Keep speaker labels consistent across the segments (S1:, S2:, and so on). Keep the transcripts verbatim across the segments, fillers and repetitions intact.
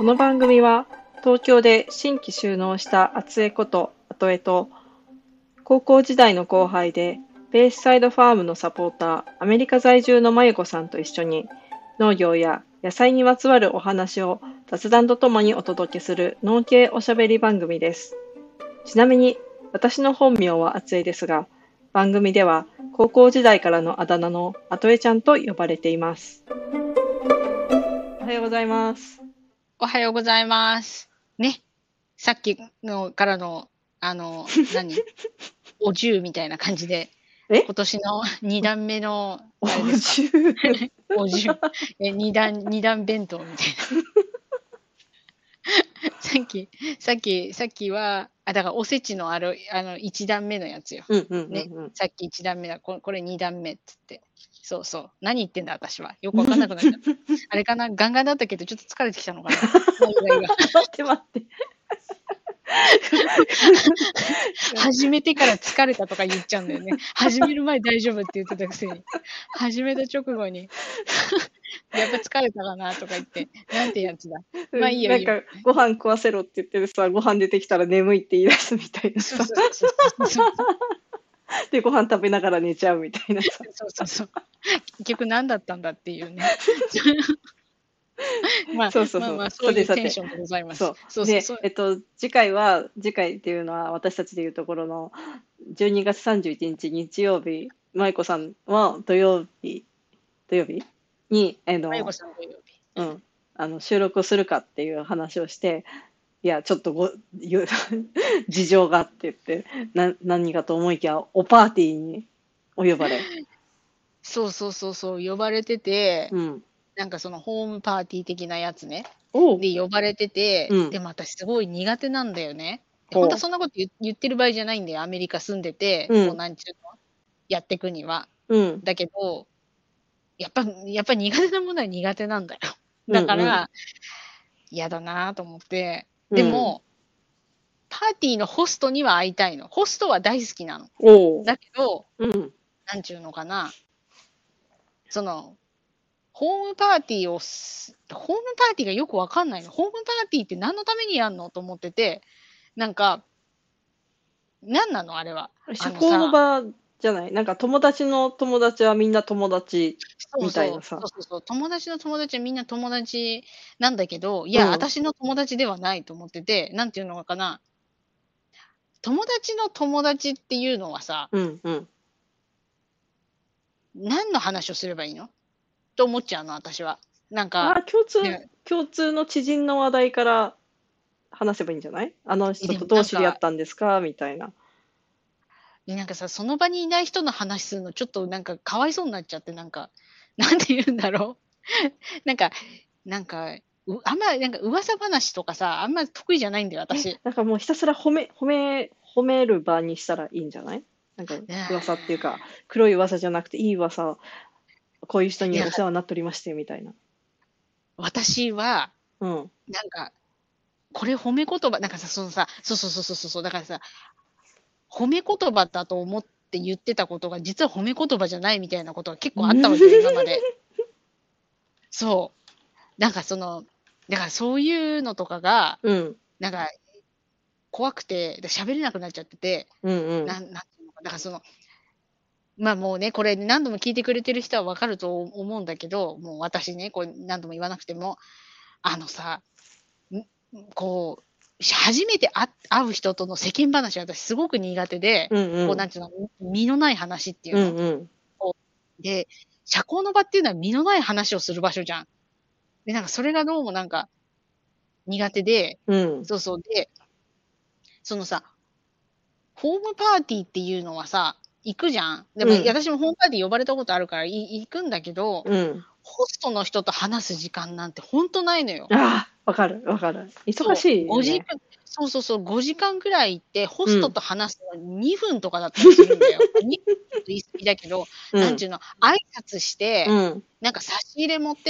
S1: の番組は東京で新規就農した厚江ことあとえと高校時代の後輩でベイサイドファームのサポーターアメリカ在住のまゆこさんと一緒に農業や野菜にまつわるお話を雑談とともにお届けする農系おしゃべり番組です。ちなみに私の本名は厚江ですが、番組では高校時代からのあだ名のあとえちゃんと呼ばれています。おはようございます。
S2: おはようございます。ね、さっきのからの、あの、何お重みたいな感じで、
S1: え
S2: 今年のに段目の、
S1: お
S2: あれですか。
S1: 重
S2: お重。え、に段、二段弁当みたいな。さっき、さっき、さっきは、あ、だからおせちのある、あの、いち段目のやつよ。
S1: うんうんうん
S2: ね、
S1: うん。
S2: さっきいち段目だ、ここれに段目っつって。そうそう。何言ってんだ私は。よくわかんなくなっちゃった。あれかな、ガンガンだったけど、ちょっと疲れてきたのかな。まあいいわいいわ。
S1: 待って待って。
S2: 始めてから疲れたとか言っちゃうんだよね。始める前大丈夫って言ってたくせに。始めた直後に、やっぱ疲れたかなとか言って、なんてやつだ。まあいいよいいよ。
S1: なんかご飯食わせろって言ってるさ、ご飯出てきたら眠いって言い出すみたいなさ。
S2: そうそうそうそうそう。
S1: で、ご飯食べながら寝ちゃうみたいなさ。
S2: そうそうそう。結局何だったんだっていうね。まあ
S1: そうそうそう。
S2: まあまあ、そう
S1: さてさて。
S2: いうテンションでございます。
S1: そう。
S2: そうそう
S1: で
S2: そう。、
S1: えっと、次回は、次回っていうのは私たちでいうところのじゅうにがつさんじゅういちにち日曜日、舞子さんは土曜日、土曜日に、あ
S2: まゆこ
S1: の、
S2: さん土曜日。
S1: うん、あの収録をするかっていう話をして、いや、ちょっとごゆ事情があって言って、な何かと思いきや、おパーティーにお呼ばれ。
S2: そうそうそうそう、呼ばれてて、
S1: うん。
S2: なんかそのホームパーティー的なやつね。
S1: おう。
S2: で、呼ばれてて、
S1: うん。
S2: でも私すごい苦手なんだよね。で、本当は
S1: ほ
S2: そんなこと言言ってる場合じゃないんだよ。アメリカ住んでて、
S1: う。う
S2: こう
S1: ん。
S2: なんちゅうの、やってくには。
S1: うん。
S2: だけど、やっぱやっぱ苦手なものは苦手なんだよ。
S1: うん。うん。
S2: だから、嫌だなと思って。
S1: うん。
S2: でも、パーティーのホストには会いたいの。ホストは大好きなの。
S1: おう。
S2: だけど、
S1: うん。
S2: なんちゅうのかな、その、ホームパーティーをすホームパーティーがよくわかんないの。ホームパーティーって何のためにやんのと思ってて、なんか、何なのあれは。あ
S1: 社
S2: のさ、
S1: 交の場じゃない、なんか友達の友達はみんな友達みたい
S2: そうそう、
S1: なさ。
S2: そうそうそう、友達の友達はみんな友達なんだけど、いや、
S1: うん。
S2: 私の友達ではないと思ってて、なんていうのかな、友達の友達っていうのはさ、
S1: うんうん。
S2: 何の話をすればいいのと思っちゃうの、私は。なんか、
S1: あ、共通
S2: ね、
S1: 共通の知人の話題から話せばいいんじゃない？あの
S2: え、でも
S1: 人とどう
S2: なんか
S1: 知り合ったんですかみたいな。
S2: なんかさ、その場にいない人の話するのちょっとなんかかわいそうになっちゃって、なんか、なんて言うんだろう。なんか、なんか、うあんまなんか噂話とかさ、あんま得意じゃないんだよ、
S1: え、
S2: 私。
S1: なんかもうひたすら褒め褒め褒める場にしたらいいんじゃない？なんか
S2: ね
S1: 噂っていうか、黒い噂じゃなくていい噂、こういう人
S2: え。いや、
S1: にお世話になっておりましてみたいな。
S2: 私は、
S1: うん。
S2: なんか、これ褒め言葉、なんかさ、そのさ、そうそうそうそうそう、だからさ、褒め言葉だと思って言ってたことが、実は褒め言葉じゃないみたいなことが結構あったわけよ、今まで。そう。なんかその、だからそういうのとかが、
S1: うん。
S2: なんか怖くて、で喋れなくなっちゃってて、
S1: うんうん。
S2: なんなんていうのか、だからその、まあもうね、これ何度も聞いてくれてる人はわかると思うんだけど、もう私ね、これ何度も言わなくても、あのさ、んこう、初めて会会う人との世間話は私すごく苦手で、
S1: うんう
S2: こうな
S1: ん。
S2: んていうの、身のない話っていう
S1: うん
S2: の
S1: うん。
S2: こう、で、社交の場っていうのは身のない話をする場所じゃん。で、なんかそれがどうもなんか苦手で、
S1: うん。
S2: そうそう、で、そのさ、ホームパーティーっていうのはさ、行くじゃん。でも、
S1: うん。
S2: 私もホームパーティー呼ばれたことあるから、い行くんだけど、
S1: うん。
S2: ホストの人と話す時間なんてほんとないのよ。
S1: ああ、わかるわかる。忙し
S2: そう、5
S1: いよね。
S2: 時間そうそうそう、ごじかんぐらい行って、ホスト
S1: うん。
S2: と話すのににふんとかだったりするんだよ。にふんちょっと言い過ぎだけど、
S1: うん。
S2: なんちゅうの、挨拶し
S1: う
S2: て、
S1: ん。
S2: なんか差し入れ持ってって、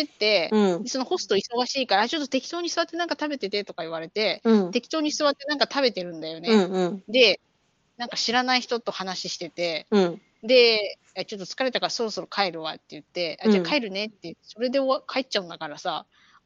S1: うん。
S2: で、そのホスト忙しいから、あ、ちょっと適当に座ってなんか食べててとか言われて、
S1: うん。
S2: 適当に座ってなんか食べてるんだよね。
S1: うんうん。
S2: で、なんか知らない人と話してて、
S1: うん。
S2: で、え、ちょっと疲れたからそろそろ帰るわって言って、あ、
S1: うん。
S2: じゃあ帰るねって、それで終わ帰っちゃうんだからさ、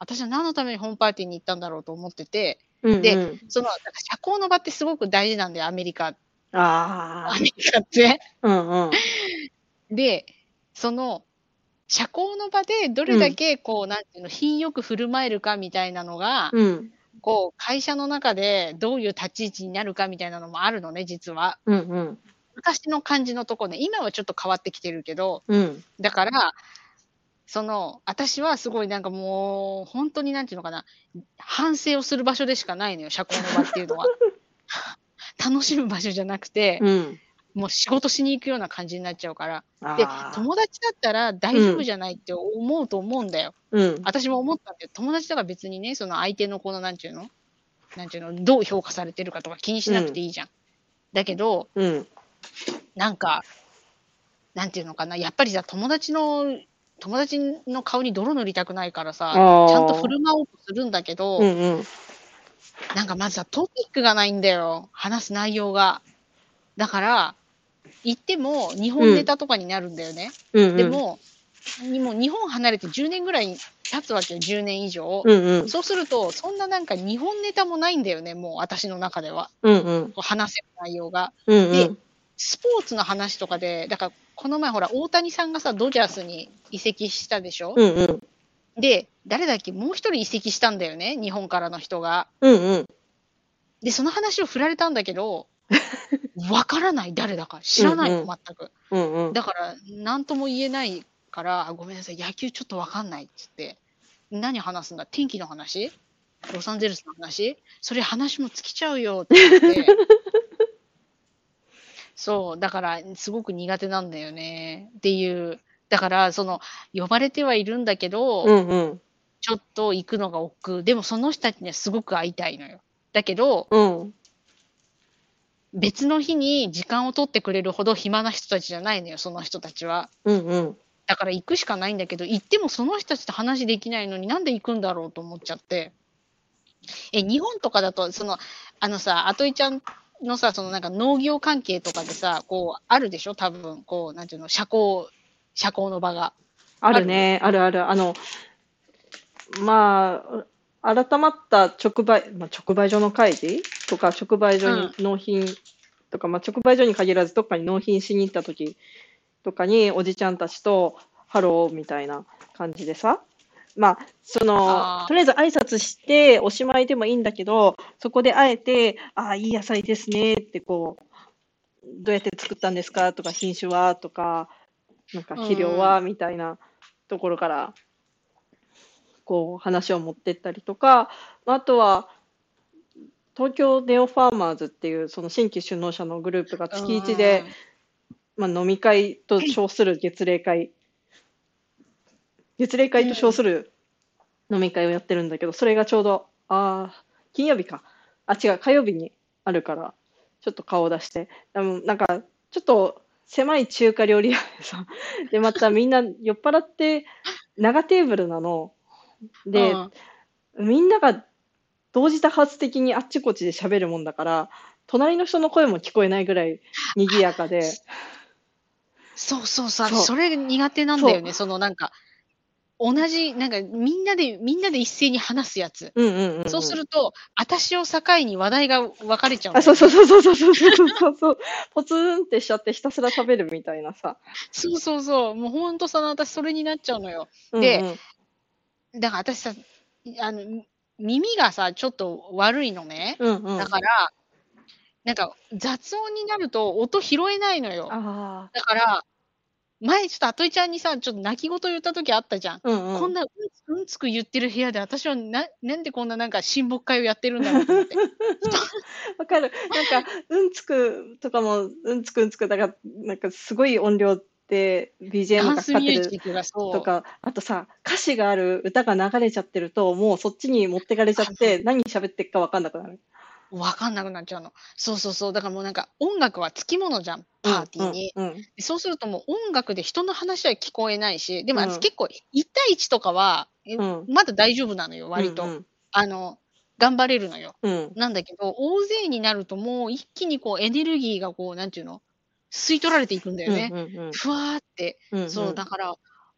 S2: 私は何のためにホームパーティーに行ったんだろうと思ってて、
S1: うんう
S2: で、
S1: ん。
S2: その、なんか社交の場ってすごく大事なんだよ、アメリカ。
S1: ああ。
S2: アメリカって。
S1: うんうん。
S2: で、その、社交の場でどれだ
S1: うん。
S2: けこう、なんていうの、品よく振る舞えるかみたいなのが、
S1: うん。
S2: こう、会社の中でどういう立ち位置になるかみたいなのもあるのね、実は。
S1: うんうん。
S2: 昔の感じのとこね、今はちょっと変わってきてるけど、
S1: うん。
S2: だから、その、私はすごいなんかもう、ほんとになんていうのかな、反省をする場所でしかないのよ、社交の場っていうのは。楽しむ場所じゃなくて、
S1: うん。
S2: もう仕事しに行くような感じになっちゃうから。で、
S1: ああ。
S2: 友達だったら大丈夫
S1: うん。
S2: じゃないって思うと思うんだよ。
S1: うん。
S2: 私も思ったんだよ。友達だから別にね、その相手のこのなんちゅうのなんちゅうの、どう評価されてるかとか気にしなくて
S1: うん。
S2: いいじゃん。だけど、
S1: うん。
S2: なんか、なんていうのかな、やっぱりさ、友達の友達の顔に泥塗りたくないからさ、ちゃんと振
S1: ああ。
S2: る舞おうとするんだけど、
S1: うんうん。
S2: なんかまずさ、トピックがないんだよ、話す内容が。だから、言っても日本ネ
S1: うん。
S2: タとかになるんだよね。
S1: うんうん。
S2: でも、にもう日本離れてじゅうねんぐらい経つわけよ、じゅうねん以上。
S1: うんうん。
S2: そうすると、そんななんか日本ネタもないんだよね、もう私の中では。
S1: うんうん。
S2: こう話せる内容が。で、
S1: うんうん。
S2: スポーツの話とかで、だからこの前ほら、大谷さんがさ、ドジャースに移籍したでしょ。
S1: うんうん。
S2: で、誰だっけ、もう一人移籍したんだよね、日本からの人が。
S1: うんうん。
S2: で、その話を振られたんだけど、わからない、誰だか。知らないの、
S1: うんうん。
S2: 全く。
S1: うんうん。
S2: だから、なんとも言えないから、あごめんなさい、野球ちょっとわかんないっつって。何話すんだ、天気の話、ロサンゼルスの話、それ話も尽きちゃうよって言って、そう、だからすごく苦手なんだよねっていう。だから、その、呼ばれてはいるんだけど、
S1: うんうん。
S2: ちょっと行くのが億劫。でもその人たちにはすごく会いたいのよ。だけど、
S1: うん。
S2: 別の日に時間を取ってくれるほど暇な人たちじゃないのよ、その人たちは。
S1: うんうん。
S2: だから行くしかないんだけど、行ってもその人たちと話できないのになんで行くんだろうと思っちゃって。え、日本とかだと、その、あのさ、あといちゃんのさ、そのなんか農業関係とかでさ、こう、あるでしょ多分、こう、なんていうの、社交、社交の場が。ある。
S1: あるね。あるある。あの、まあ、改まった直売、まあ、直売所の会議とか、直売所に
S2: うん。
S1: 納品とか、まあ、直売所に限らず、どっかに納品しに行った時とかに、おじちゃんたちと、ハローみたいな感じでさ、まあ、その、
S2: あ
S1: とりあえず挨拶しておしまいでもいいんだけど、そこであえて、ああ、いい野菜ですねってこう、どうやって作ったんですかとか、品種はとか、なんか
S2: あ、う
S1: 肥料
S2: ん。
S1: はみたいなところから、こう話を持ってったりとか、あとは東京ネオファーマーズっていうその新規就農者のグループが
S2: うん
S1: 月一で、
S2: うんうん。
S1: まあ、飲み会と称する月例会、月例会と称
S2: うん。
S1: する飲み会をやってるんだけど、それがちょうど、ああ、金曜日か。あ、違う、火曜日にあるから、ちょっと顔を出して。でもなんか、ちょっと狭い中華料理屋でさ、で、またみんな酔っ払って長テーブルなの。で、
S2: うん。
S1: みんなが同時多発的にあっちこっちで喋るもんだから、隣の人の声も聞こえないぐらい賑やかで、
S2: そうそうそう、私
S1: そう、
S2: それ苦手なんだ
S1: そう、
S2: よね。そのなんか、同じ、なんかみんなで、みんなで一斉に話すやつ。
S1: うんうんう
S2: そう
S1: んうん。
S2: すると、私を境に話題が分かれちゃうん
S1: あ、
S2: だよね。
S1: そうそうそうそうそうそうそうそうそう、ポツンってしちゃってひたすら食べるみたいなさ。
S2: そうそうそう。もうほんとその、私それになっちゃうのよ。で、
S1: うんうん。
S2: だから私さ、あの、み耳がさ、ちょっと悪いのね。
S1: うんうん。
S2: だから、なんか雑音になると音拾えないのよ。
S1: ああ、
S2: だから、前ちょっとあといちゃんにさ、ちょっと泣き言言った時あったじゃん。
S1: うんうん。
S2: こんなうんつうんつく言ってる部屋で、私はななんでこんななんか親睦会をやってるんだろうと思って。
S1: わかる。なんか、うんつくとかも、うんつくうんつく、だから、なんかすごい音量で ビージーエム がか
S2: ダンスミ
S1: かってる
S2: ュージックがそう、
S1: とか、あとさ、歌詞がある歌が流れちゃってると、もうそっちに持ってかれちゃ
S2: あの
S1: って、何喋ってっかわかんなくなる。
S2: 分かんなくなっちゃうの。そうそうそう。だからもうなんか音楽はつきものじゃん、パー
S1: うんうん
S2: ティーに。
S1: うん。
S2: で、そうするともう音楽で人の話は聞こえないし、でも
S1: うん
S2: 私結構いち対いちとかは、え、
S1: うん
S2: まだ大丈夫なのよ、
S1: うん
S2: 割と。
S1: うん
S2: あの、頑張れるのよ。
S1: うん
S2: なんだけど、大勢になるともう一気にこうエネルギーがこう、なんていうの、吸い取られていくんだよ
S1: うん
S2: ね。
S1: うん
S2: ふわーって。
S1: うんう
S2: そう、
S1: ん
S2: だから、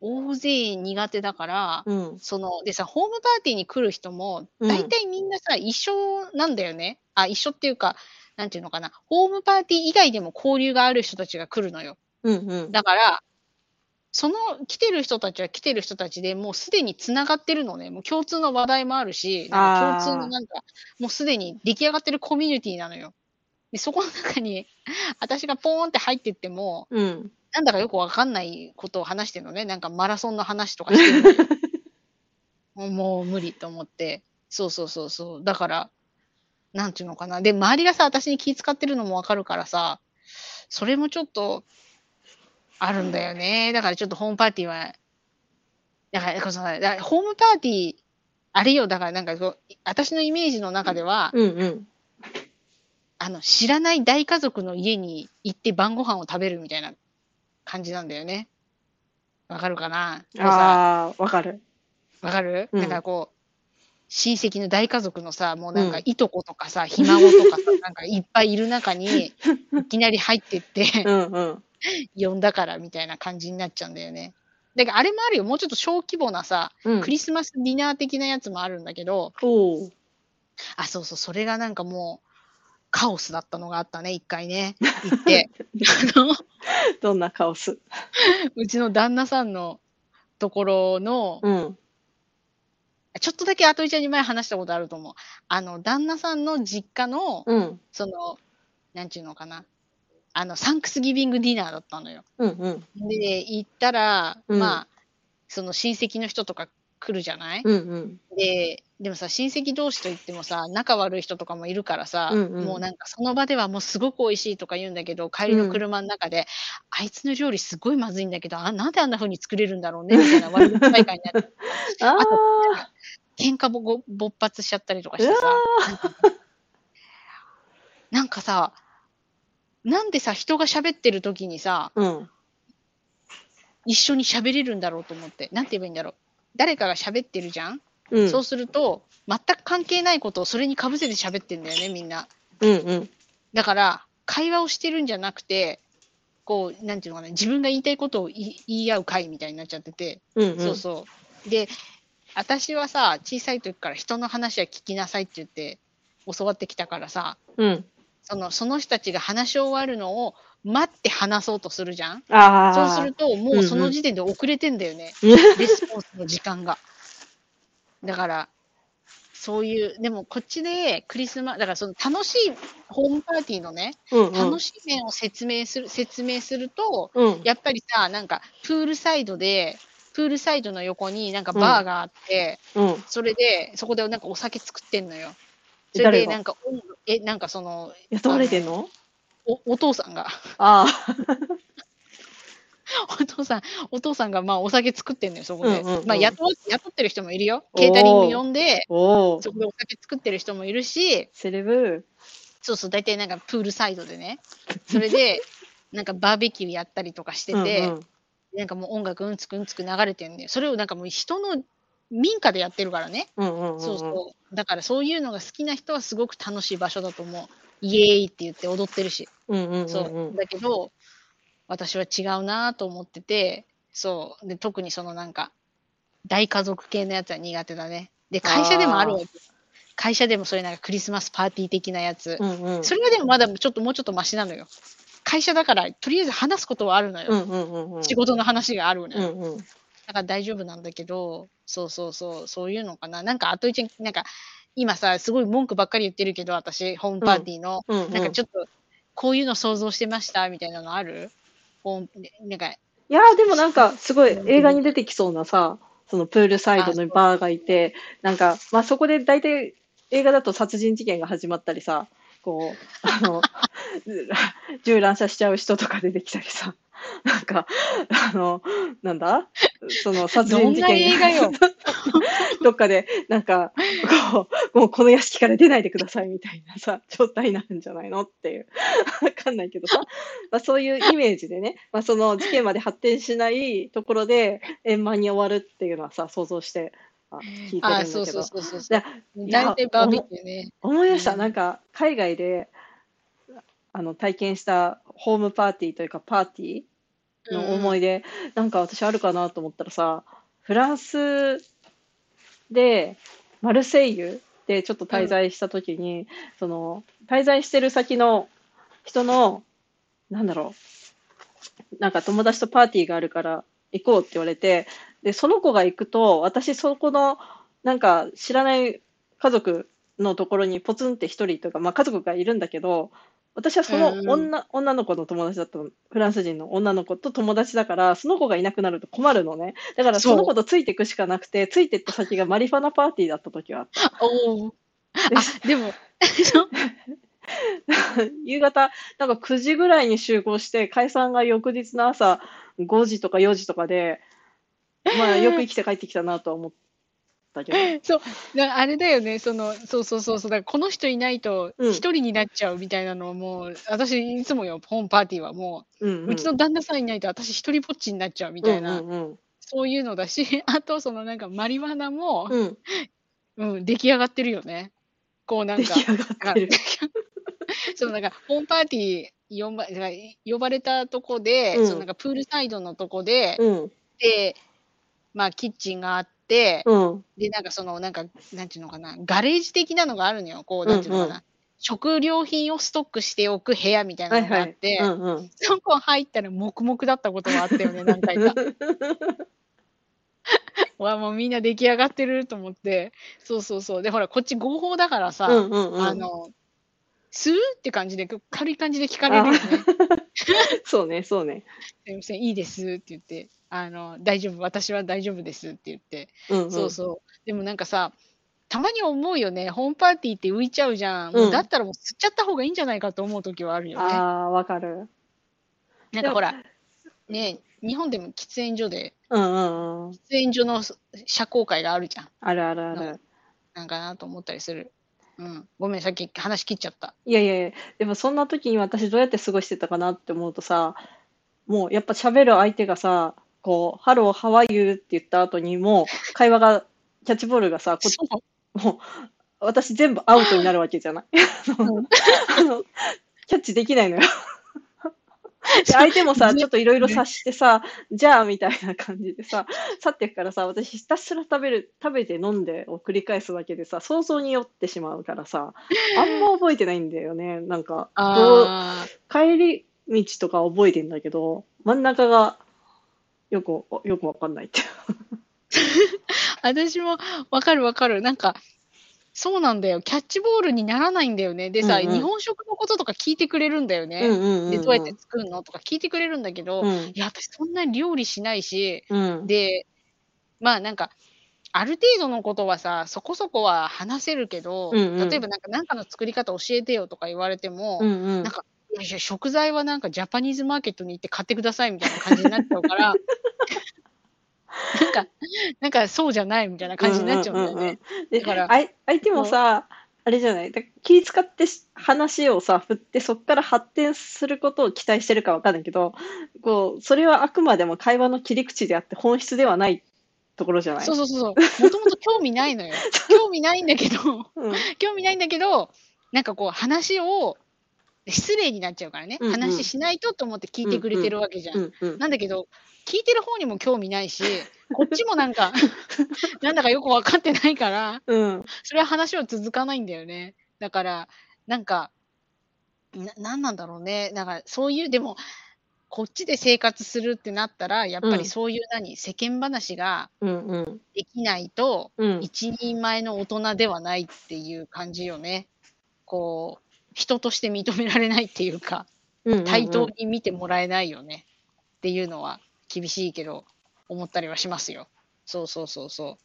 S2: 大勢苦手だから、
S1: うん。
S2: その、でさ、ホームパーティーに来る人も、大
S1: うん。
S2: 体みんなさ、一緒なんだよね。あ、一緒っていうか、なんていうのかな、ホームパーティー以外でも交流がある人たちが来るのよ。
S1: うんうん。
S2: だから、その来てる人たちは来てる人たちで、もうすでに繋がってるのね。もう共通の話題もあるし、なんか共通の
S1: ああ。
S2: なんか、もうすでに出来上がってるコミュニティなのよ。で、そこの中に、私がポーンって入ってっても、
S1: うん。
S2: なんだかよくわかんないことを話してんのね。なんかマラソンの話とかしてんのよ。もうもう無理と思って。そうそうそうそう。だから、なんていうのかな。で、周りがさ、私に気遣ってるのもわかるからさ、それもちょっとあるんだよね。だからちょっとホームパーティーは、だからこそさ、だホームパーティー、あれよ、だからなんかこう、私のイメージの中では、
S1: うんうん。
S2: あの、知らない大家族の家に行って晩ご飯を食べるみたいな感じなんだよね。わかるかな？こうさ、
S1: ああ、わかる。
S2: わかる？なんか
S1: うん。
S2: こう、親戚の大家族のさ、もうなんか
S1: うん。
S2: いとことかさ、ひ孫とかさ、なんかいっぱいいる中に、いきなり入ってって
S1: うんうん。
S2: 呼んだからみたいな感じになっちゃうんだよね。だからあれもあるよ、もうちょっと小規模なさ、
S1: うん。
S2: クリスマスディナー的なやつもあるんだけど、
S1: おお。
S2: あ、そうそう、それがなんかもうカオスだったのがあったね、一回ね、行って。あの、
S1: どんなカオス。
S2: うちの旦那さんのところの、
S1: うん。
S2: ちょっとだけあといちゃんに前話したことあると思う。あの、旦那さんの実家の、
S1: うん。
S2: その、なんちゅうのかな、あの、サンクスギビングディナーだったのよ。
S1: うんうん。
S2: で、行ったら、
S1: うん。
S2: まあ、その親戚の人とか来るじゃない？
S1: うんうん。
S2: で、でもさ、親戚同士と言ってもさ、仲悪い人とかもいるからさ、
S1: うんうん。
S2: もうなんかその場ではもうすごく美味しいとか言うんだけど、帰りの
S1: うん。
S2: 車ん中で、あいつの料理すごいまずいんだけど、あ、なんであんな風に作れるんだろうねみたいな悪口大会になってさ、
S1: あ
S2: あと、なんか
S1: あ。
S2: 喧嘩ぼご勃発しちゃったりとか
S1: うわ
S2: してさ、なんか
S1: あ。
S2: なんかさ、なんでさ、人が喋ってる時にさ、
S1: うん。
S2: 一緒に喋れるんだろうと思って。なんて言えばいいんだろう。誰かが喋ってるじゃん？そう
S1: うん。
S2: すると、全く関係ないことをそれにかぶせて喋ってんだよね、みんな。
S1: うんうん。
S2: だから、会話をしてるんじゃなくて、こう、なんていうのかな、自分が言いたいことを言い言い合う会みたいになっちゃってて。
S1: うんうん。
S2: そうそう。で、私はさ、小さい時から人の話は聞きなさいって言って教わってきたからさ、
S1: うん。
S2: そのその人たちが話し終わるのを待って話そうとするじゃん。そうす
S1: ああ。
S2: ると、もうそ
S1: うんうん。
S2: の時点で遅れてんだよね。レスポンスの時間が。だから、そういう、でもこっちでクリスマだからその楽しいホームパーティーのね、
S1: うんうん。
S2: 楽しい面を説明する説明すると、
S1: うん。
S2: やっぱりさ、なんかプールサイドでプールサイドの横になんか
S1: うん。
S2: バーがあって、
S1: うん。
S2: それで、そこでなんかお酒作ってんのよ。
S1: え、
S2: それ
S1: 誰が？
S2: でなんか、おんえ、なんかその、
S1: 雇わ
S2: あの、
S1: れてんの？
S2: おお父さんが
S1: ああ。
S2: お父さんお父さんが、まあ、お酒作ってんのよ、そこ
S1: うん
S2: で。まあ、
S1: うんうん。
S2: 雇わ雇ってる人もいるよ。ケータリング
S1: おお。
S2: 呼んで、
S1: おお。
S2: そこでお酒作ってる人もいるし、
S1: セレブ。
S2: そうそう、大体なんかプールサイドでね。それで、なんかバーベキューやったりとかしてて、
S1: うんうん。
S2: なんかもう音楽うんつくうんつく流れてんねよ。それをなんかもう人の民家でやってるからね。
S1: うんうんうんうん。
S2: そうそう。だからそういうのが好きな人はすごく楽しい場所だと思う。イエーイって言って踊ってるし。
S1: うんうんうん
S2: そう。
S1: うん。
S2: だけど、私は違うなと思ってて、そう。で、特にそのなんか、大家族系のやつは苦手だね。で、会社でもあるわ
S1: ああ。
S2: け。会社でもそれなんかクリスマスパーティー的なやつ。
S1: うんうん。
S2: それはでもまだちょっともうちょっとマシなのよ。会社だから、とりあえず話すことはあるのよ。
S1: うんうんうんうん。
S2: 仕事の話があるのよ。
S1: うんうん。
S2: だから大丈夫なんだけど、そうそうそう、そういうのかな。なんかあといちなんか、今さ、すごい文句ばっかり言ってるけど、私、ホーム
S1: うん。
S2: パーティーの。
S1: うんうん。
S2: なんかちょっと、こういうの想像してましたみたいなのある？ホームでなんか、
S1: いや、でもなんかすごい映画に出
S2: 的
S1: てきそうなさ、そのプールサイ
S2: あ、
S1: ド
S2: そうそう。
S1: のバーがいて、なんか、ま、そこで大体映画だと殺人事件が始まったりさ、こう、あの、銃乱射しちゃう人とか出てきたりさ、なんか、あの、なんだ、その殺
S2: どんな
S1: 人事件が
S2: 映画よ。
S1: どっかでなんか、こう、もうこの屋敷から出ないでくださいみたいなさ、状態になるんじゃないのっていう。わかんないけどさ、ま、そういうイメージでね、ま、その事件まで発展しないところで円満に終わるっていうのはさ、想像して、あ、聞いて
S2: あ、そうそう
S1: るんだけど、
S2: そうそうそ
S1: で、
S2: う。
S1: いや、
S2: 大体バーベ
S1: おも
S2: キューね。
S1: 思い出した。なん
S2: うん。
S1: か海外で、あの、体験したホームパーティーというか、パーティーの
S2: うんうん。
S1: 思い出、なんか私あるかなと思ったらさ、フランスで、マルセイユでちょっと
S2: うん。
S1: 滞在した時に、その、滞在してる先の人の、なんだろう、なんか友達とパーティーがあるから行こうって言われて、で、その子が行くと、私そこの、なんか知らない家族のところにポツンって一人とか、まあ家族がいるんだけど、私は
S2: う
S1: その
S2: んうん。
S1: 女、女の子の友達だったの。フランス人の女の子と友達だから、その子がいなくなると困るのね。だからその子
S2: そう。
S1: とついていくしかなくて、ついてった先がマリファナパーティーだった時があった。
S2: おお。
S1: で、
S2: あ、でも、そう。
S1: 夕方、なんかくじぐらいに集合して、解散が翌日の朝ごじとかよじとかで、まあよく生きて帰ってきたなとは思ったけど。
S2: そう、だあれだよね、その、そうそうそうそう、だからこの人いないと
S1: うん、
S2: 一人になっちゃうみたいなのをもう、私いつもよ、ホームパーティーはもう、うち
S1: うんうん、
S2: の旦那さんいないと私一人ぼっちになっちゃうみ
S1: うんう
S2: たいな、
S1: んうん、
S2: そういうのだし、あとそのなんかマリワナも、
S1: うん、
S2: うん、出来上がってるよね。こうなんか、
S1: 出来上がっ
S2: なんか
S1: てる。
S2: そのなんかホームパーティー呼ばだから呼ばれたとこで、そのなん
S1: うん、
S2: かプールサイドのとこで、
S1: うん、
S2: で、まあ、キッチンがあって、
S1: うん、
S2: で、なんかその、なんか、なんていうのかな、ガレージ的なのがあるのよ。こう、
S1: うんうん。
S2: なんていうのかな、食料品をストックしておく部屋みたいなのがあ
S1: はいはい。う
S2: って、
S1: んうん。
S2: そこ入ったら黙々だったことはあったよね、何回か。わ、もうみんな出来上がってると思って。そうそうそう。で、ほら、こっち合法だからさ、
S1: うんうんうん。
S2: あの、吸うって感じで、く軽い感じで聞かれる
S1: あ
S2: よね。
S1: あ、そうね、そうね。
S2: すいません、いいですって言って、あの、大丈夫、私は大丈夫ですって言って。
S1: うんうん。
S2: そうそう。でもなんかさ、たまに思うよね。ホームパーティーって浮いちゃうじゃん。もうだっ
S1: うん。
S2: たらもう吸っちゃった方がいいんじゃないかと思う時はあるよね。
S1: ああ、わかる。でも、
S2: なんかほら、ね、日本でも喫煙所で、
S1: うんうんうん。
S2: 喫煙所の社交会があるじゃん。
S1: あるあるあ
S2: の
S1: る。
S2: なんかなと思ったりする。うん。ごめん、さっき話切っちゃった。
S1: いやいやいや、でもそんな時に私どうやって過ごしてたかなって思うとさ、もうやっぱ喋る相手がさ、こう、ハロー、ハワイユーって言った後にもう会話が、キャッチボールがさ、こ、
S2: そう。
S1: もう、私全部アウトになるわけじゃない。あの、
S2: うん。
S1: あのキャッチできないのよ。で、
S2: そう。
S1: 相手もさ、ちょ
S2: ぜ
S1: っといろいろ
S2: ね。
S1: 察してさ、じゃあ、みたいな感じでさ、去っていくからさ、私ひたすら食べる、食べて飲んでを繰り返すだけでさ、想像に酔ってしまうからさ、あんま覚えてないんだよね。なんか、どう、
S2: ああ、
S1: 帰り道とか覚えてんだけど、真ん中がよく、よくわかんないって。
S2: 私もわかるわかる。なんか、そうなんだよ。キャッチボールにならないんだよね。でさ、
S1: うんうん。
S2: 日本食のこととか聞いてくれるんだよね。
S1: うんうん
S2: で、どうやっ
S1: うんうん。
S2: て作るのとか聞いてくれるんだけど、
S1: うん。
S2: いや、私そんなに料理しないし、
S1: うん。
S2: で、まあ、なんか、ある程度のことはさ、そこそこは話せるけど、
S1: うんうん。
S2: 例えばなんかなんかの作り方教えてよとか言われても、
S1: うんうん。
S2: なんか、いやいや、食材はなんかジャパニーズマーケットに行って買ってくださいみたいな感じになっちゃうから、なんかなんかそうじゃないみたいな感じになっ
S1: うんうん
S2: ちゃうんだよね。
S1: うんうん。で、
S2: だから、
S1: あい相手も
S2: そう、
S1: さ、あれじゃない、だ気使ってし話をさ、振って、そっから発展することを期待してるかわかんないけど、こう、それはあくまでも会話の切り口であって本質ではないところじゃない？
S2: そうそうそうそう。もともと興味ないのよ。興味ないんだけど
S1: うん。
S2: 興味ないんだけど、なんかこう話を失礼になっちゃうからね。
S1: うんうん。
S2: 話しないとと思って聞いてくれて
S1: うんうん。
S2: るわけじゃん。
S1: うんうん。
S2: なんだけど、聞いてる方にも興味ないし、こっちもなんかなんだかよく分かってないから、
S1: うん。
S2: それは話は続かないんだよね。だから、なんか、ななんなんだろうね。なんかそういう、でも、こっちで生活するってなったら、やっ
S1: うん。
S2: ぱりそういう何、世間話が
S1: うんうん。
S2: できないと、
S1: うん。
S2: 一人前の大人ではないっていう感じよね。こう、人として認められないっていうか、
S1: うんうん
S2: 対等
S1: うん。
S2: に見てもらえないよねっていうのは厳しいけど、思ったりはしますよ。そうそうそうそう。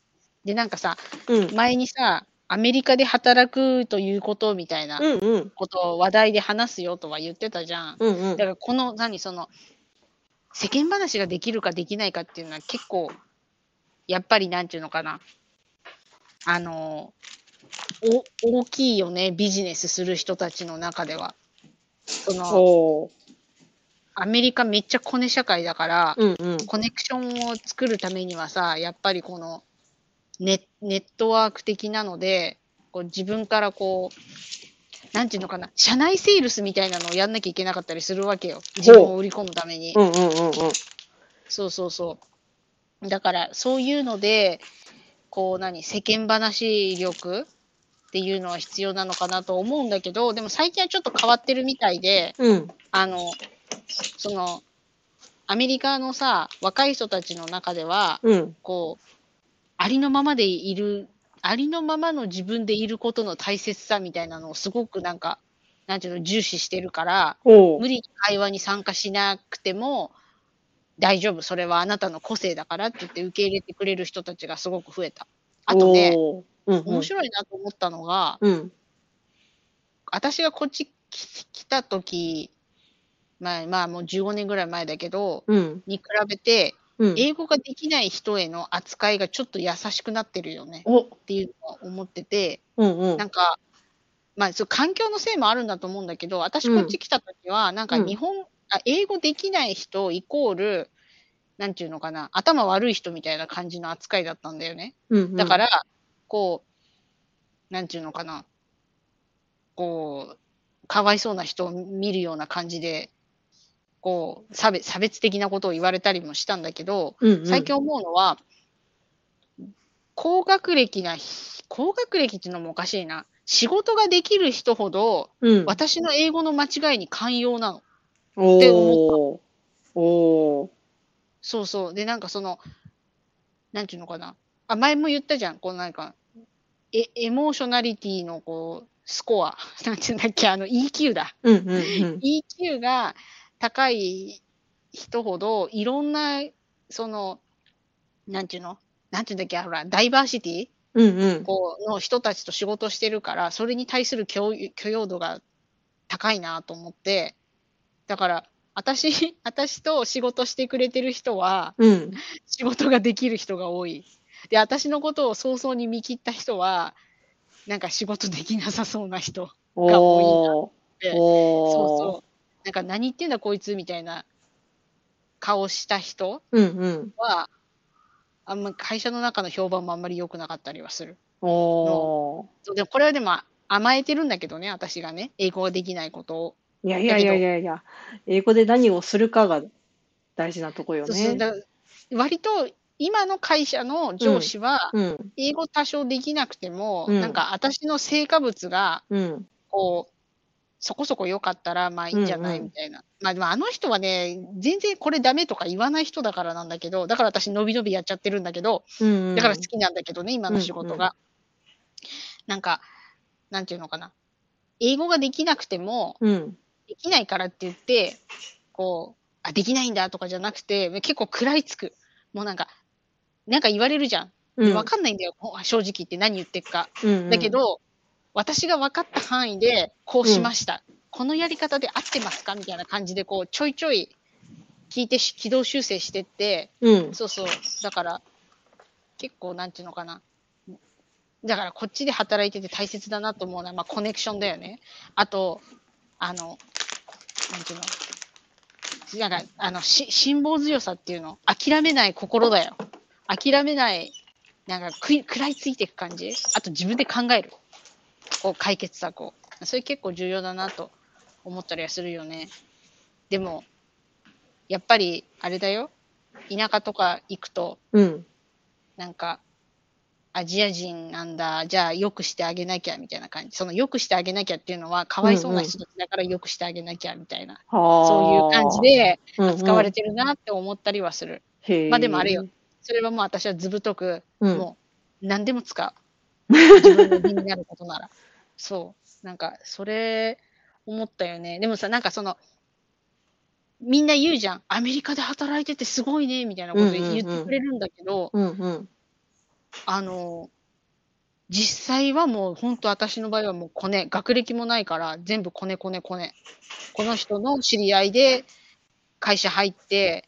S2: で、なんかさ、
S1: うん。
S2: 前にさ、アメリカで働くということみたいな
S1: うんうん。
S2: ことを話題で話すよとは言ってたじゃん。
S1: うんうん。
S2: だからこの、何、その、世間話ができるかできないかっていうのは結構、やっぱりなんていうのかな、あの、お大きいよね、ビジネスする人たちの中では。その、
S1: おお。
S2: アメリカめっちゃコネ社会だから、
S1: うんうん。
S2: コネクションを作るためにはさ、やっぱりこのネネットワーク的なので、こう自分からこう、なんていうのかな、社内セールスみたいなのをやんなきゃいけなかったりするわけよ。自分
S1: ほ
S2: を売り込むため
S1: う。
S2: に。
S1: うんうんうんうん。
S2: そうそうそう。だからそういうので、こう何、世間話力っていうのは必要なのかなと思うんだけど、でも最近はちょっと変わってるみたいで、
S1: うん。
S2: あの、その、アメリカのさ、若い人たちの中では、
S1: うん。
S2: こう、ありのままでいる、ありのままの自分でいることの大切さみたいなのをすごくなんか、なんていうの、重視してるから、
S1: おう。
S2: 無理に会話に参加しなくても大丈夫、それはあなたの個性だからって言って受け入れてくれる人たちがすごく増えた。あとね、
S1: おう。うんうん。
S2: 面白いなと思ったのが、
S1: うん。
S2: 私がこっち来来た時、まあまあもうじゅうごねんぐらい前だけど、
S1: うん。
S2: に比べて、
S1: うん。
S2: 英語ができない人への扱いがちょっと優しくなってるよね
S1: お。
S2: っていうのは思ってて、
S1: うんうん。
S2: なんか、まあ、そう環境のせいもあるんだと思うんだけど、私こっ
S1: うん。
S2: ち来た時は、なんか
S1: うん。
S2: 日本、あ、英語できない人イコール、なんていうのかな、頭悪い人みたいな感じの扱いだったんだよね。
S1: うんうん。
S2: だから、こう、なんていうのかな、こう、かわいそうな人を見るような感じで、こう、差別差別的なことを言われたりもしたんだけど、
S1: うんうん。
S2: 最近思うのは、高学歴なひ高学歴っていうのもおかしいな。仕事ができる人ほど、
S1: うん。
S2: 私の英語の間違いに寛容なのって思った。
S1: おー。おー。
S2: そうそう。で、なんかその、なんていうのかな。あ、前も言ったじゃん。こうなんか、エエモーショナリティのこう、スコア。なんていうんだっけ、あの イーキュー だ。
S1: うんうんうん。
S2: イーキュー が高い人ほど、いろんな、その、なんていうのなんていうんだっけ、ほら、ダイバーシティ
S1: うんうん。
S2: こうの人たちと仕事してるから、それに対する許許容度が高いなと思って、だから、私、私と仕事してくれてる人は、
S1: うん。
S2: 仕事ができる人が多い。で、私のことを早々に見切った人は、なんか仕事できなさそうな人が多いなっ
S1: おー。
S2: て、そう
S1: おー。
S2: そう。なんか何言ってんだこいつみたいな顔した人
S1: うんうん。
S2: は、あんま会社の中の評判もあんまり良くなかったりはするの。
S1: おー。
S2: そうでもこれはでも甘えてるんだけどね、私がね、英語ができないことを。
S1: いやいやいやい
S2: だけど、
S1: やいや、英語で何をするかが大事なとこよ
S2: そうそう、
S1: ね。
S2: だ割と今の会社の上
S1: うん。
S2: 司は、
S1: うん。
S2: 英語多少できなくても、
S1: うん。
S2: なんか私の成果物が、
S1: うん。
S2: こう、そこそこ良かったら、まあいい
S1: うん
S2: んじゃな
S1: うん。
S2: いみたいな。まあでもあの人はね、全然これダメとか言わない人だからなんだけど、だから私のびのびやっちゃってるんだけど、
S1: うん
S2: だから
S1: うん。
S2: 好きなんだけどね、今の
S1: うんうん。
S2: 仕事が。なんか、なんていうのかな。英語ができなくても、
S1: うん。
S2: できないからって言って、こう、あ、できないんだとかじゃなくて、結構食らいつく。もうなんか、なんか言われるじゃん。で、わ
S1: うん。
S2: かんないんだよ、正直言って何言ってっか。
S1: うんうん。
S2: だけど、私が分かった範囲で、こう
S1: うん。
S2: しました。このやり方で合ってますかみたいな感じで、こう、ちょいちょい聞いてし軌道修正してって、
S1: うん。
S2: そうそう。だから、結構なんていうのかな。だからこっちで働いてて大切だなと思うのは、まあコネクションだよね。あと、あの、なんていうの、なんか、あの、し辛抱強さっていうの。諦めない心だよ。諦めない、なんか食い食らいついていく感じ。あと自分で考える。こう解決策を。それ結構重要だなと思ったりはするよね。でも、やっぱり、あれだよ。田舎とか行くと、
S1: うん。
S2: なんか、アジア人なんだ、じゃあ良くしてあげなきゃみたいな感じ。その良くしてあげなきゃっていうのは、かわいそうな
S1: うんうん。
S2: 人たちだから良くしてあげなきゃみたいな、そういう感じ
S1: はあ。
S2: で
S1: うんうん。
S2: 扱われてるなって思ったりはする。
S1: へ
S2: まあでもあれよ。
S1: え。
S2: それはもう私は図太く、
S1: うん。
S2: もう何でも使う。自分の身になることなら。そう。なんか、それ、思ったよね。でもさ、なんかその、みんな言うじゃん。アメリカで働いててすごいね、みたいな
S1: うん
S2: こと言って
S1: うんうん。
S2: くれるんだけど、
S1: うんうん。
S2: あの、実際はもうほんと私の場合はもうコネ、学歴もないから全部コネコネコネ。この人の知り合いで会社入って、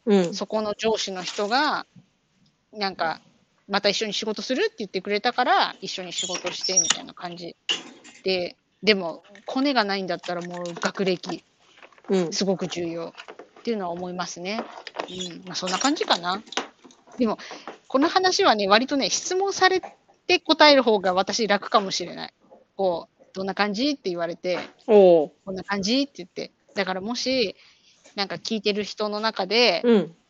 S1: うん。
S2: そこの上司の人が、なんか、また一緒に仕事するって言ってくれたから、一緒に仕事してみたいな感じで、でも、コネがないんだったらもう学歴、
S1: うん。
S2: すごく重要っていうのは思いますね。うん、まあそんな感じかな。でも、この話はね、割とね、質問されて答える方が私楽かもしれない。こう、どんな感じって言われて、
S1: おお。
S2: こんな感じって言って。だからもし、なんか聞いてる人の中で、
S1: うん。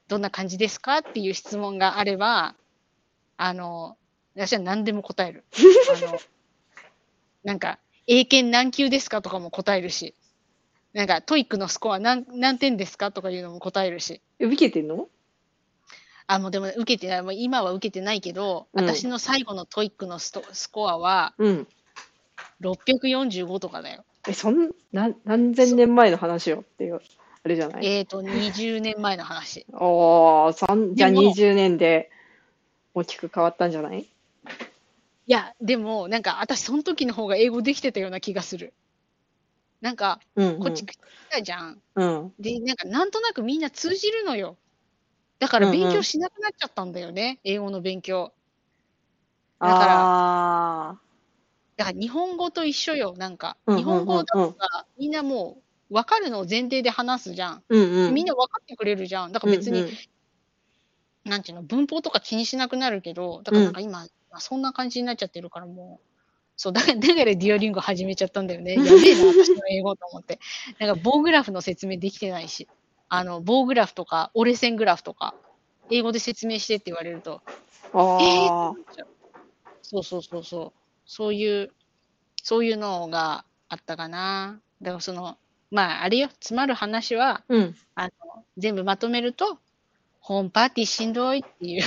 S2: どんな感じですかっていう質問があれば、あの、私は何でも答える。あの、なんか、英検何級ですかとかも答えるし、なんか、トイックのスコア何何点ですかとかいうのも答えるし。
S1: 受けてんの？
S2: あ、もうでも受けてない。もう今は受けてないけど、
S1: うん
S2: 私の最後のトイックのストスコアは
S1: うん。
S2: ろっぴゃくよんじゅうごとかだよ。
S1: え、そん、な、何千
S2: そ
S1: 年前の話よっていう、あれじゃない？
S2: えっ、と、にじゅうねんまえの話。
S1: おー、三じゃあ
S2: でも、
S1: にじゅうねんで大きく変わったんじゃない？
S2: いや、でも、なんか私その時の方が英語できてたような気がする。なんか、
S1: うんうん。
S2: こっち来たじゃん。
S1: うん
S2: で、なんかなんとなくみんな通じるのよ。だから
S1: うんうん。
S2: 勉強しなくなっちゃったんだよね、英語の勉強。だから、
S1: あ
S2: だから日本語と一緒よ、なんか。
S1: ー。うんうん
S2: 日本語だ
S1: うんうん。
S2: とさ、みんなもう分かるのを前提で話すじゃん。
S1: うんうん。
S2: みんな分かってくれるじゃん。だから別に、
S1: うんうん。
S2: なんていうの、文法とか気にしなくなるけど、だ
S1: うん。
S2: からなんか今、ま、そんな感じになっちゃってるからもう、そう、だからだからデュオリンゴ始めちゃったんだよね。やべえな、私の英語と思って。なんか棒グラフの説明できてないし、あの、棒グラフとか折れ線グラフとか、英語で説明してって言われると、ええって
S1: ああ。
S2: なっちゃう。そうそうそうそう。そういうそういうのがあったかな。だからその、まあ、あれよ、詰まる話は、
S1: うん。
S2: あの、全部まとめると、ホームパーティーしんどいっていう、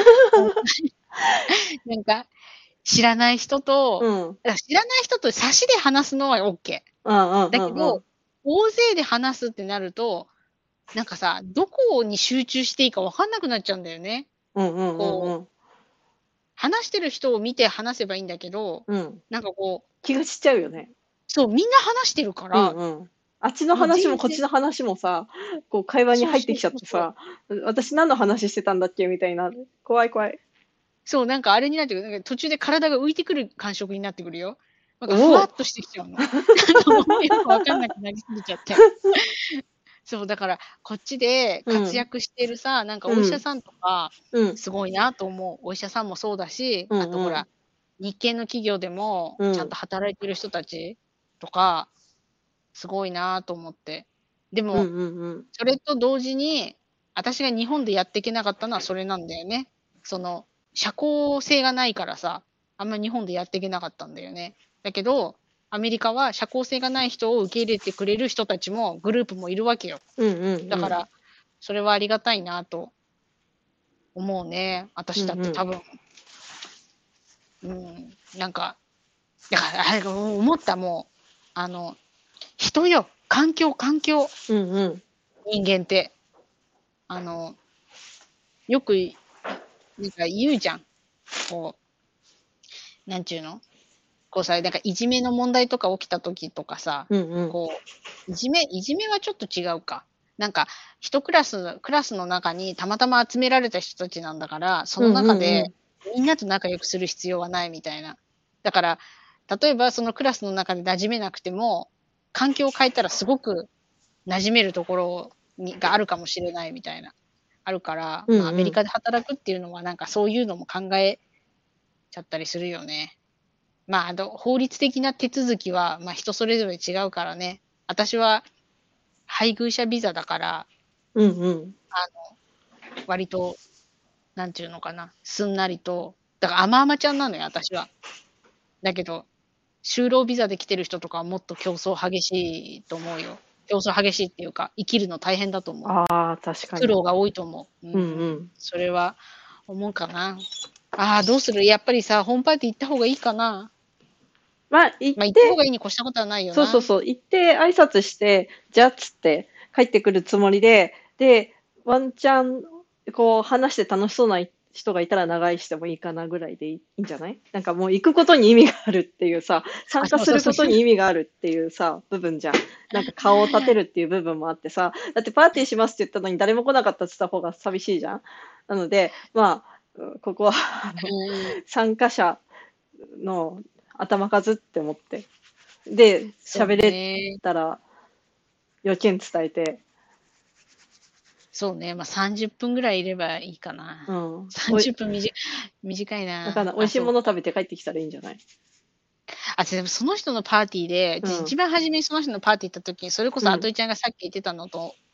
S2: なんか、知らない人と、
S1: うん。
S2: だから知らない人と差しで話すのはオッケ
S1: うんうん
S2: ー。だけど、
S1: うんうん。
S2: 大勢で話すってなると、なんかさ、どこに集中していいか分かんなくなっちゃうんだよね。
S1: うんうんうん
S2: こう、
S1: うん。
S2: 話してる人を見て話せばいいんだけど、
S1: うん。
S2: なんかこう、
S1: 気が散っちゃうよね。
S2: そう、みんな話してるか
S1: うん
S2: ら、
S1: うん。あっちの
S2: もう
S1: 話も
S2: 全然、
S1: こっちの話もさ、こう会話に
S2: そうそう
S1: 入ってきちゃっ
S2: そうそう。
S1: てさ、私何の話してたんだっけみたいな。怖い怖い。
S2: そう、なんかあれになってくる。なんか途中で体が浮いてくる感触になってくるよ。なんかふ
S1: おお。
S2: わっとしてきちゃうの。なんかもうよくわかんなくなりすぎちゃって。そう、だからこっちで
S1: うん。
S2: 活躍してるさ、なんか
S1: うん。
S2: お医者さんとか、
S1: うん。
S2: すごいなと思う。お医者さんもそうだし、
S1: うんうん。
S2: あとほら、日系の企業でもちゃん
S1: うん。
S2: と働いてる人たちとか、すごいなと思って。でも、
S1: うんうんうん。
S2: それと同時に、私が日本でやっていけなかったのはそれなんだよね。その、社交性がないからさ、あんまり日本でやっていけなかったんだよね。だけど、アメリカは社交性がない人を受け入れてくれる人たちも、グループもいるわけよ。
S1: うんうんうん。
S2: だから、それはありがたいなと思うね。私だ
S1: うんうん。
S2: って多分、うん、なんか、だからあれ思ったもう、あの、人よ、環境、環境、
S1: うんうん。
S2: 人間って。あの、よく、なんか言うじゃん。こう、なんちゅうのこうさ、なんかいじめの問題とか起きた時とかさ、
S1: うんうん。
S2: こう、いじめいじめはちょっと違うか。なんか、一クラスクラスの中にたまたま集められた人たちなんだから、その
S1: うんう
S2: 中で
S1: んうん。
S2: みんなと仲良くする必要はないみたいな。だから、例えばそのクラスの中で馴染めなくても、環境を変えたらすごく馴染めるところにがあるかもしれないみたいな、あるから、まあ、アメリ
S1: うんうん。
S2: カで働くっていうのはなんかそういうのも考えちゃったりするよね。まあ、あの、法律的な手続きは、まあ、人それぞれ違うからね。私は配偶者ビザだから、
S1: うんうん。
S2: あの、割と、なんていうのかな、すんなりと、だから甘々ちゃんなのよ、私は。だけど、就労ビザで来てる人とかはもっと競争激しいと思うよ。競争激しいっていうか、生きるの大変だと思う。
S1: ああ、確かに。
S2: 苦労が多いと思う。うんう
S1: うんう
S2: ん。
S1: ん。
S2: それは思うかな。ああ、どうするやっぱりさ、ホームパーティー行った方がいいかな。
S1: まあ、行っ
S2: まあ、行った方
S1: て、
S2: がいいに越したことはないよな。
S1: そうそうそう、行って挨拶して、じゃあっつって帰ってくるつもりで、で、ワンチャン、こう話して楽しそうな人がいたら長居してもいいかなぐらいでいいいいんじゃない？なんかもう行くことに意味があるっていうさ、
S2: あ、
S1: 参加
S2: そうそうそうそう。
S1: することに意味があるっていうさ、部分じゃん。なんか顔を立てるっていう部分もあってさ、だってパーティーしますって言ったのに誰も来なかったって言った方が寂しいじゃん。なので、まあ、うんここはあの
S2: うんうん。
S1: 参加者の頭数って思って。で、
S2: そう
S1: 喋れ
S2: ね。
S1: たら要件伝えて、
S2: そうね。まあ、さんじゅっぷんぐらいいればいいかな。
S1: うん。おい、
S2: さんじゅっぷんみじ短いな。
S1: わかんない。美味
S2: あ、そう。
S1: しいもの食べて帰ってきたらいいんじゃない？
S2: あ、でもその人のパーティーで、
S1: うん。
S2: じ一番初めにその人のパーティー行った時に、それこそあと
S1: うん。
S2: いちゃんがさっき言ってたのと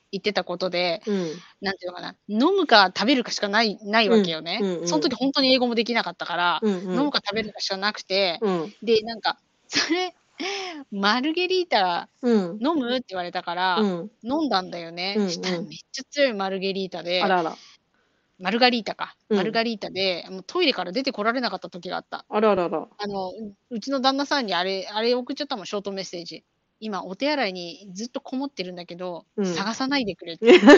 S2: 言ってたことで、
S1: うん。
S2: なんていうのかな、飲むか食べるかしかないない
S1: うん。
S2: わけよね。
S1: うんうん。
S2: その時ほんとに英語もできなかったから、
S1: うんうん。
S2: 飲むか食べるかしかなくて、
S1: うん。
S2: で、なんか、それ、マルゲリータ
S1: うん。
S2: 飲む？って言われたか
S1: う
S2: ら、
S1: ん。
S2: 飲んだんだよ
S1: う
S2: ね。
S1: んうん。
S2: したらめっちゃ強いマルゲリータで、
S1: あらら。
S2: マルガリータか。
S1: うん。
S2: マルガリータで、もうトイレから出てこられなかった時があった。
S1: あららら。
S2: あの、ううちの旦那さんにあれあれ送っちゃったもん、ショートメッセージ。今お手洗いにずっとこもってるんだけど、
S1: うん。
S2: 探さないでくれって言って。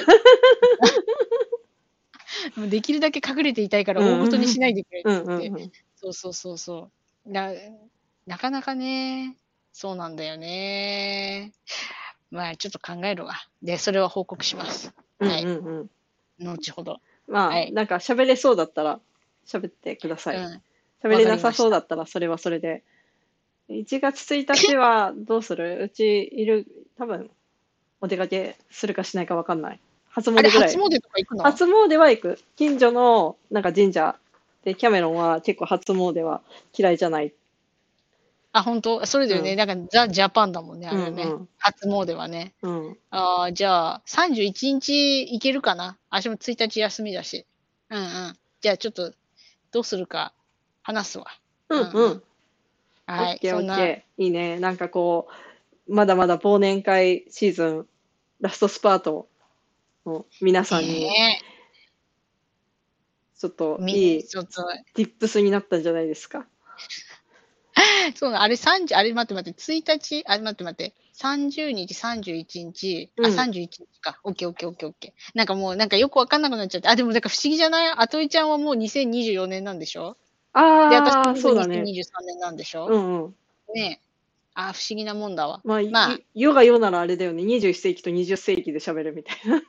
S2: もうできるだけ隠れていたいから大ごとにし
S1: うん。
S2: ないでくれって
S1: うんう
S2: 言って。
S1: んうん。
S2: そうそうそうそう。ななかなかね、そうなんだよね。まあ、ちょっと考えるわ。で、それは報告します。
S1: うん
S2: はい。
S1: うんうん。
S2: 後ほど。
S1: まあ、
S2: はい。
S1: なんか喋れそうだったら喋ってください。
S2: うん。わ
S1: 喋れなさ
S2: かりました。
S1: そうだったらそれはそれで。いちがつついたちはどうする？うちいる多分お出かけするかしないかわかんない。初
S2: あれ、
S1: 詣ぐらい。
S2: 初詣とか行くの？
S1: 初詣は行く。近所のなんか神社で、キャメロンは結構初詣は嫌いじゃない。
S2: あ、ほんと？それだよね。
S1: うん。
S2: なんかザ・ジャパンだもんね、あ
S1: う
S2: れね。
S1: んうん。
S2: 初詣はね。
S1: うん。
S2: ああ、じゃあ、さんじゅういちにち行けるかな。あしもついたち休みだし。うんうん。じゃあちょっと、どうするか話すわ。
S1: う
S2: うんうん。
S1: んうん。オッ
S2: はい、
S1: ケーオ
S2: そんな
S1: ッケー。いいね。なんかこう、まだまだ忘年会シーズン、ラストスパートの皆さんに、
S2: ね
S1: ちょっと
S2: み
S1: いい
S2: ちょっと、
S1: ティップスになったんじゃないですか。
S2: そうだ、あれさんじゅうあれ待って待って、ついたち、あれ待って待って、さんじゅうにち、さんじゅういちにち、あ、
S1: うん。
S2: さんじゅういちにちか。オッケーオッケーオッケーオッケー。なんかもう、なんかよくわかんなくなっちゃって。あ、でもなんか不思議じゃない？あといちゃんはもうにせんにじゅうよねんなんでしょ？で、私
S1: ああ、
S2: もう
S1: そうだね。
S2: にせんにじゅうさんねんなんでしょ？
S1: うんうん。
S2: ねえ。あ、不思議なもんだわ。
S1: まあ、
S2: まあ、
S1: い世が世ならあれだよね。にじゅういっ世紀とにじゅっ世紀で喋るみたいな。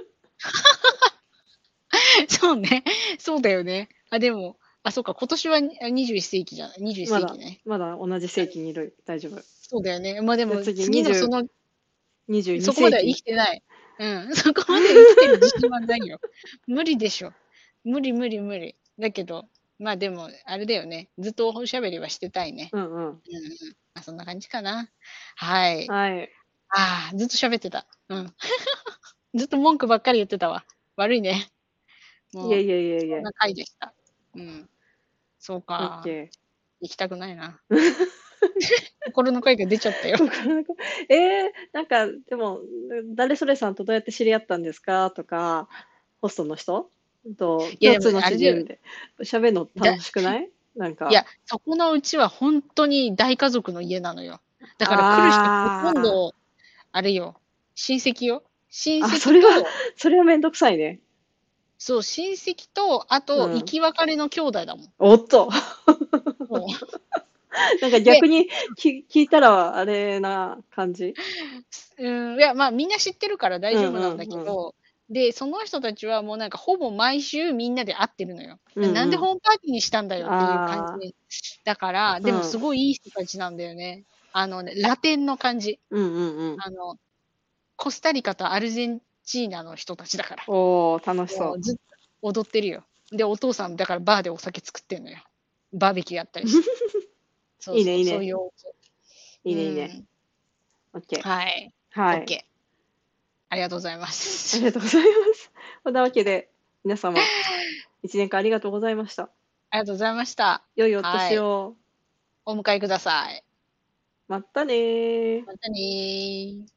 S2: そうね。そうだよね。あ、でも、あ、そうか、今年はにあ、にじゅういっ世紀じゃない、にじゅういっ
S1: まだ、
S2: 世紀ね。
S1: まだ同じ世紀にいる。大丈夫。
S2: そうだよね。ま、でも、
S1: じゃあ次、にじゅう、
S2: 次のその、
S1: にじゅうに
S2: そこまでは生
S1: 世紀。
S2: きてない。うん、そこまでは生きてる自信はないよ。無理でしょ。無理無理無理。だけど、まあ、でも、あれだよね、ずっとおしゃべりはしてたいね。
S1: うんうん。
S2: うんうん。ま、そんな感じかな。はい。
S1: はい。
S2: ああ、ずっと喋ってた。うん。ずっと文句ばっかり言ってたわ。悪いね。もう、
S1: いえいえいえいえ。
S2: そんな回でした。うん。そう
S1: オッ
S2: か。
S1: ケ
S2: 行きたくないな。
S1: ー。
S2: 心の声が出ちゃったよ。
S1: なかなかええ、なんか、でも、誰それさんとどうやって知り合ったんですかとか、ホストの人と
S2: いや、でも
S1: 共通の
S2: あれだよ。
S1: 知人で喋るの
S2: だ
S1: 楽しくない？なんか、
S2: いや、そこのうちはほんとに大家族の家なのよ。だから来る人ほとん
S1: あ
S2: ど、あれよ、親戚よ。親
S1: あ、あ、そ
S2: 戚と
S1: れはそれはめんどくさいね。
S2: そう、親戚と、あと生
S1: うん。
S2: き別れの兄弟だもん。
S1: おっと。
S2: も
S1: なんか
S2: う。で、
S1: 逆に、き聞いたらあれな感じ？
S2: うん、いや、まあ、みんな知ってるから大
S1: うんう
S2: 丈夫なんだ
S1: んうん。
S2: けど、で、その人たちはもうなんかほぼ毎週みんなで会ってるのよ。
S1: う
S2: で、なんで
S1: んうん。
S2: ホームパーティーにしたんだよっていう感
S1: あ
S2: じだから、
S1: あ、うん。
S2: でもすごいいい人たちなんだよね。あのね、ラテンの感じ。
S1: うんうんうん。
S2: あの、コスタリカとアルゼンチーナの人たちだから。
S1: おお、楽しそう。
S2: もうずっと踊ってるよ。で、お父さんだからバーでお酒作ってんのよ。バーベキューやったりして。そうそう、
S1: いいねいいね。
S2: そういうお家。
S1: いいねいいね。
S2: うん。
S1: オッケ
S2: はい。
S1: ー。はい。
S2: オッケー。ありがとうございま
S1: あり
S2: す。
S1: がとうございます。そんなわけで、皆様、いちねんかんありがとうございました。
S2: ありがとうございました。
S1: 良いお
S2: はい。
S1: 年を。
S2: お迎えください。
S1: まったねー。
S2: またね。